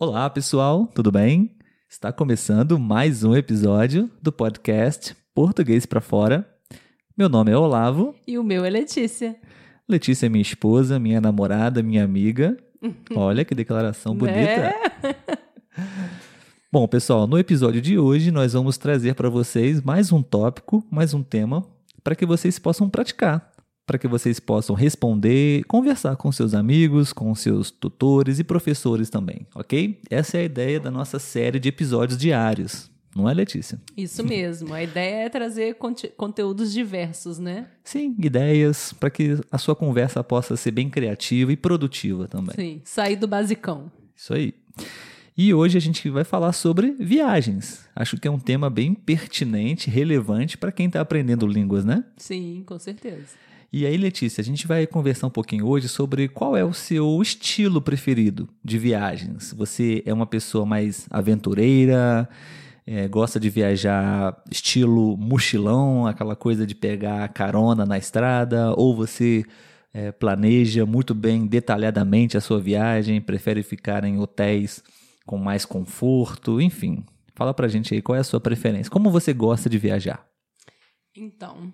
Olá, pessoal, tudo bem? Está começando mais um episódio do podcast Português pra Fora. Meu nome é Olavo. E o meu é Letícia. Letícia é minha esposa, minha namorada, minha amiga. Olha que declaração bonita. Né? Bom, pessoal, no episódio de hoje nós vamos trazer para vocês mais um tópico, mais um tema, para que vocês possam praticar, para que vocês possam responder, conversar com seus amigos, com seus tutores e professores também, ok? Essa é a ideia da nossa série de episódios diários, não é, Letícia? Isso mesmo. A ideia é trazer conteúdos diversos, né? Sim, ideias para que a sua conversa possa ser bem criativa e produtiva também. Sim, sair do basicão. Isso aí. E hoje a gente vai falar sobre viagens. Acho que é um tema bem pertinente, relevante para quem está aprendendo línguas, né? Sim, com certeza. E aí, Letícia, a gente vai conversar um pouquinho hoje sobre qual é o seu estilo preferido de viagens. Você é uma pessoa mais aventureira, gosta de viajar estilo mochilão, aquela coisa de pegar carona na estrada, ou você planeja muito bem, detalhadamente a sua viagem, prefere ficar em hotéis com mais conforto, enfim. Fala pra gente aí qual é a sua preferência. Como você gosta de viajar? Então,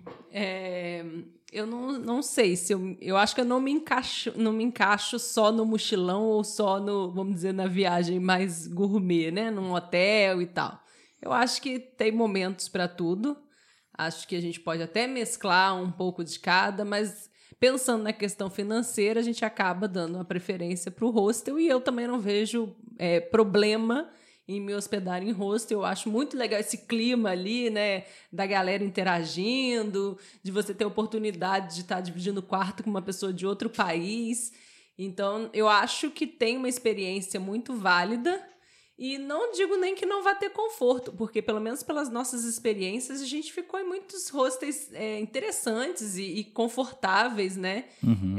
eu não sei se eu acho que eu não me encaixo só no mochilão ou só no, vamos dizer, na viagem mais gourmet, né? Num hotel e tal. Eu acho que tem momentos para tudo. Acho que a gente pode até mesclar um pouco de cada, mas pensando na questão financeira, a gente acaba dando uma preferência para o hostel e eu também não vejo problema em me hospedar em hostel. Eu acho muito legal esse clima ali, né, da galera interagindo, de você ter a oportunidade de estar dividindo quarto com uma pessoa de outro país. Então, eu acho que tem uma experiência muito válida e não digo nem que não vai ter conforto, porque pelo menos pelas nossas experiências a gente ficou em muitos hostels interessantes e confortáveis, né? Uhum.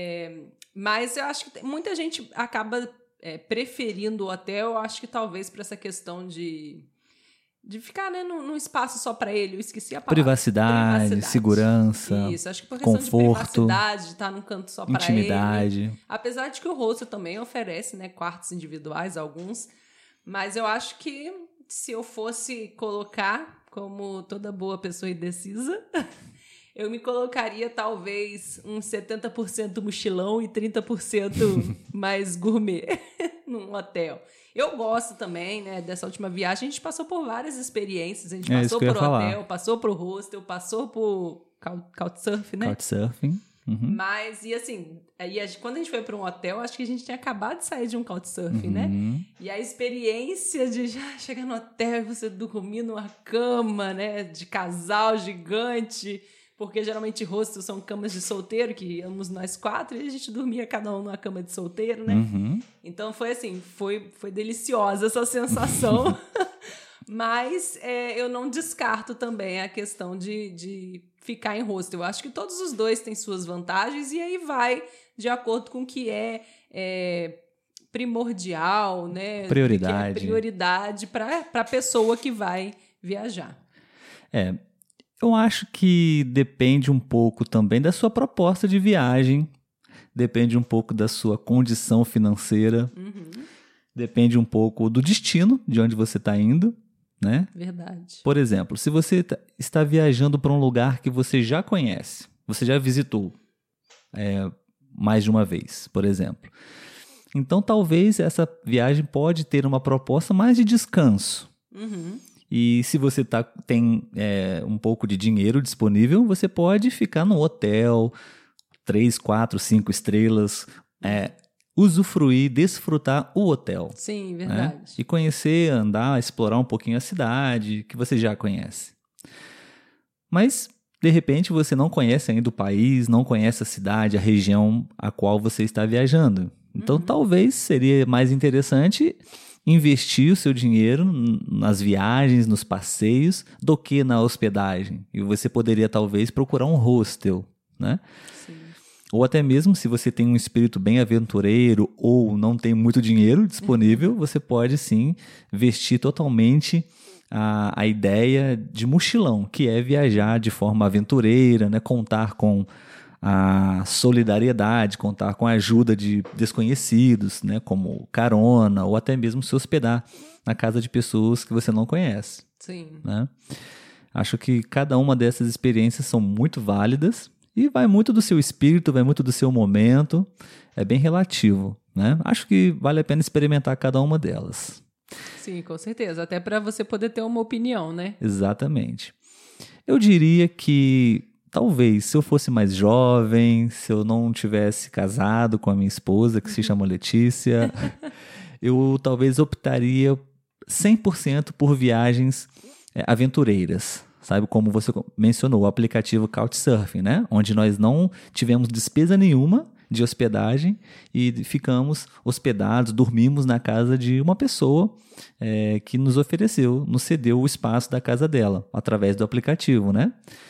Mas eu acho que muita gente acaba preferindo o hotel, eu acho que talvez para essa questão de ficar, né, num espaço só para ele. Eu esqueci a palavra. Privacidade, segurança, isso, acho que por questão conforto, de privacidade, de estar num canto só para ele. intimidade. Apesar de que o hostel também oferece, né, quartos individuais, alguns. Mas eu acho que se eu fosse colocar, como toda boa pessoa indecisa, eu me colocaria talvez uns 70% mochilão e 30% mais gourmet num hotel. Eu gosto também, né, dessa última viagem. A gente passou por várias experiências. A gente passou por hotel, passou por hostel, passou por couchsurfing, né? Couchsurfing. Uhum. Mas, e assim, quando a gente foi para um hotel, acho que a gente tinha acabado de sair de um couchsurfing, né? E a experiência de já chegar no hotel e você dormir numa cama, né, de casal gigante, porque geralmente hostels são camas de solteiro, que íamos nós 4 e a gente dormia cada um numa cama de solteiro, né? Uhum. Então foi assim, foi deliciosa essa sensação. Mas eu não descarto também a questão de ficar em hostel. Eu acho que todos os dois têm suas vantagens e aí vai de acordo com o que é primordial, né? Prioridade. O que é prioridade para a pessoa que vai viajar. Eu acho que depende um pouco também da sua proposta de viagem, depende um pouco da sua condição financeira, depende um pouco do destino, de onde você está indo, né? Verdade. Por exemplo, se você está viajando para um lugar que você já conhece, você já visitou mais de uma vez, por exemplo. Então, talvez essa viagem pode ter uma proposta mais de descanso. E se você tem um pouco de dinheiro disponível, você pode ficar no hotel, 3, 4, 5 estrelas, usufruir, desfrutar o hotel. Sim, verdade. Né? E conhecer, andar, explorar um pouquinho a cidade que você já conhece. Mas, de repente, você não conhece ainda o país, não conhece a cidade, a região a qual você está viajando. Então, talvez seria mais interessante investir o seu dinheiro nas viagens, nos passeios, do que na hospedagem. E você poderia, talvez, procurar um hostel, né? Sim. Ou até mesmo, se você tem um espírito bem aventureiro ou não tem muito dinheiro disponível, você pode, sim, vestir totalmente a ideia de mochilão, que é viajar de forma aventureira, né? Contar com a solidariedade, contar com a ajuda de desconhecidos, né, como carona ou até mesmo se hospedar na casa de pessoas que você não conhece. Sim. Né? Acho que cada uma dessas experiências são muito válidas e vai muito do seu espírito, vai muito do seu momento, é bem relativo. Né? Acho que vale a pena experimentar cada uma delas. Sim, com certeza. Até para você poder ter uma opinião, né? Exatamente. Eu diria que talvez se eu fosse mais jovem, se eu não tivesse casado com a minha esposa, que se chama Letícia, eu talvez optaria 100% por viagens aventureiras. Sabe, como você mencionou, o aplicativo Couchsurfing, né? Onde nós não tivemos despesa nenhuma de hospedagem e ficamos hospedados, dormimos na casa de uma pessoa que nos cedeu o espaço da casa dela, através do aplicativo, né?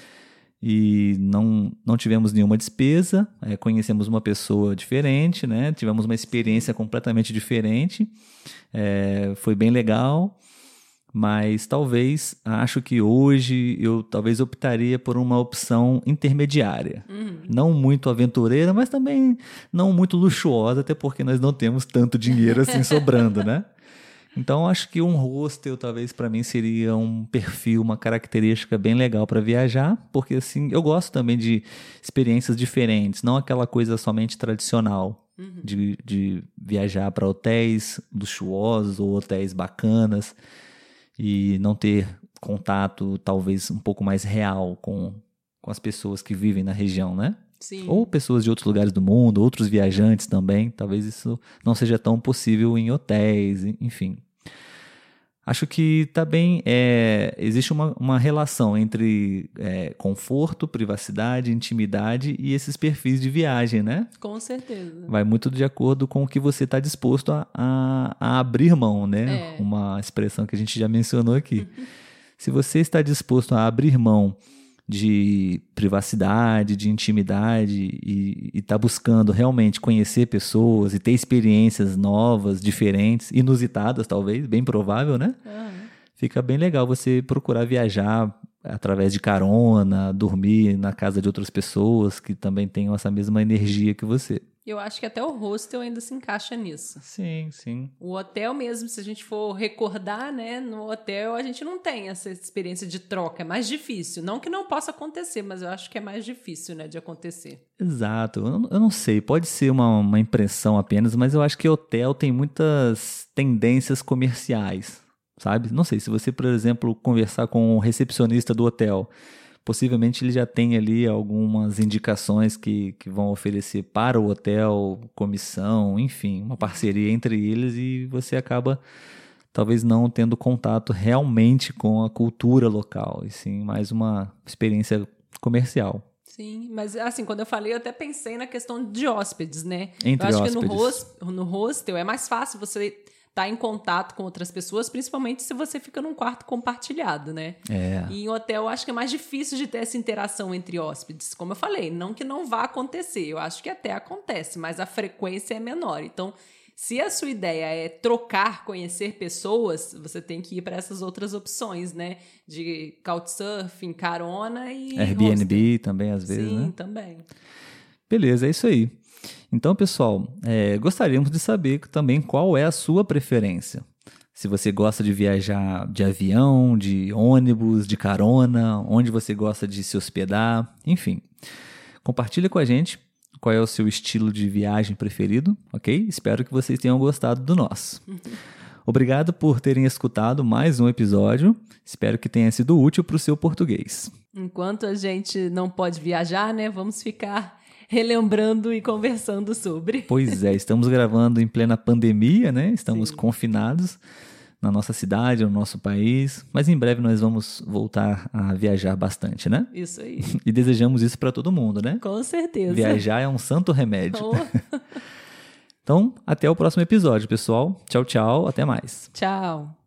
E não tivemos nenhuma despesa, conhecemos uma pessoa diferente, né? Tivemos uma experiência completamente diferente, foi bem legal. Mas acho que hoje eu talvez optaria por uma opção intermediária. Não muito aventureira, mas também não muito luxuosa, até porque nós não temos tanto dinheiro assim sobrando, né? Então acho que um hostel talvez para mim seria um perfil, uma característica bem legal para viajar, porque assim eu gosto também de experiências diferentes, não aquela coisa somente tradicional de viajar para hotéis luxuosos ou hotéis bacanas. E não ter contato, talvez, um pouco mais real com as pessoas que vivem na região, né? Sim. Ou pessoas de outros lugares do mundo, outros viajantes também. Talvez isso não seja tão possível em hotéis, enfim. Acho que também existe uma relação entre conforto, privacidade, intimidade e esses perfis de viagem, né? Com certeza. Vai muito de acordo com o que você está disposto a abrir mão, né? Uma expressão que a gente já mencionou aqui. Se você está disposto a abrir mão de privacidade, de intimidade e está buscando realmente conhecer pessoas e ter experiências novas, diferentes, inusitadas talvez, bem provável, né? Fica bem legal você procurar viajar através de carona, dormir na casa de outras pessoas que também tenham essa mesma energia que você. Eu acho que até o hostel ainda se encaixa nisso. Sim, sim. O hotel mesmo, se a gente for recordar, né? No hotel a gente não tem essa experiência de troca, é mais difícil. Não que não possa acontecer, mas eu acho que é mais difícil, né, de acontecer. Exato. Eu não sei, pode ser uma impressão apenas, mas eu acho que hotel tem muitas tendências comerciais, sabe? Não sei, se você, por exemplo, conversar com o recepcionista do hotel, possivelmente ele já tem ali algumas indicações que vão oferecer para o hotel, comissão, enfim, uma parceria entre eles e você acaba talvez não tendo contato realmente com a cultura local, e sim mais uma experiência comercial. Sim, mas assim, quando eu falei, eu até pensei na questão de hóspedes, né? Entre eu acho hóspedes. que no hostel é mais fácil você estar em contato com outras pessoas, principalmente se você fica num quarto compartilhado, né? E em hotel eu acho que é mais difícil de ter essa interação entre hóspedes. Como eu falei, não que não vá acontecer, eu acho que até acontece, mas a frequência é menor. Então, se a sua ideia é trocar, conhecer pessoas, você tem que ir para essas outras opções, né? De couchsurfing, carona e Airbnb hostel. também, às vezes, né? Sim, também. Beleza, é isso aí. Então, pessoal, gostaríamos de saber também qual é a sua preferência. Se você gosta de viajar de avião, de ônibus, de carona, onde você gosta de se hospedar, enfim. Compartilha com a gente qual é o seu estilo de viagem preferido, ok? Espero que vocês tenham gostado do nosso. Obrigado por terem escutado mais um episódio. Espero que tenha sido útil para o seu português. Enquanto a gente não pode viajar, né? Vamos ficar relembrando e conversando sobre. Pois é, estamos gravando em plena pandemia, né? Estamos Sim. confinados na nossa cidade, no nosso país, mas em breve nós vamos voltar a viajar bastante, né? Isso aí. E desejamos isso para todo mundo, né? Com certeza. Viajar é um santo remédio. Oh. Então, até o próximo episódio, pessoal. Tchau, tchau. Até mais. Tchau.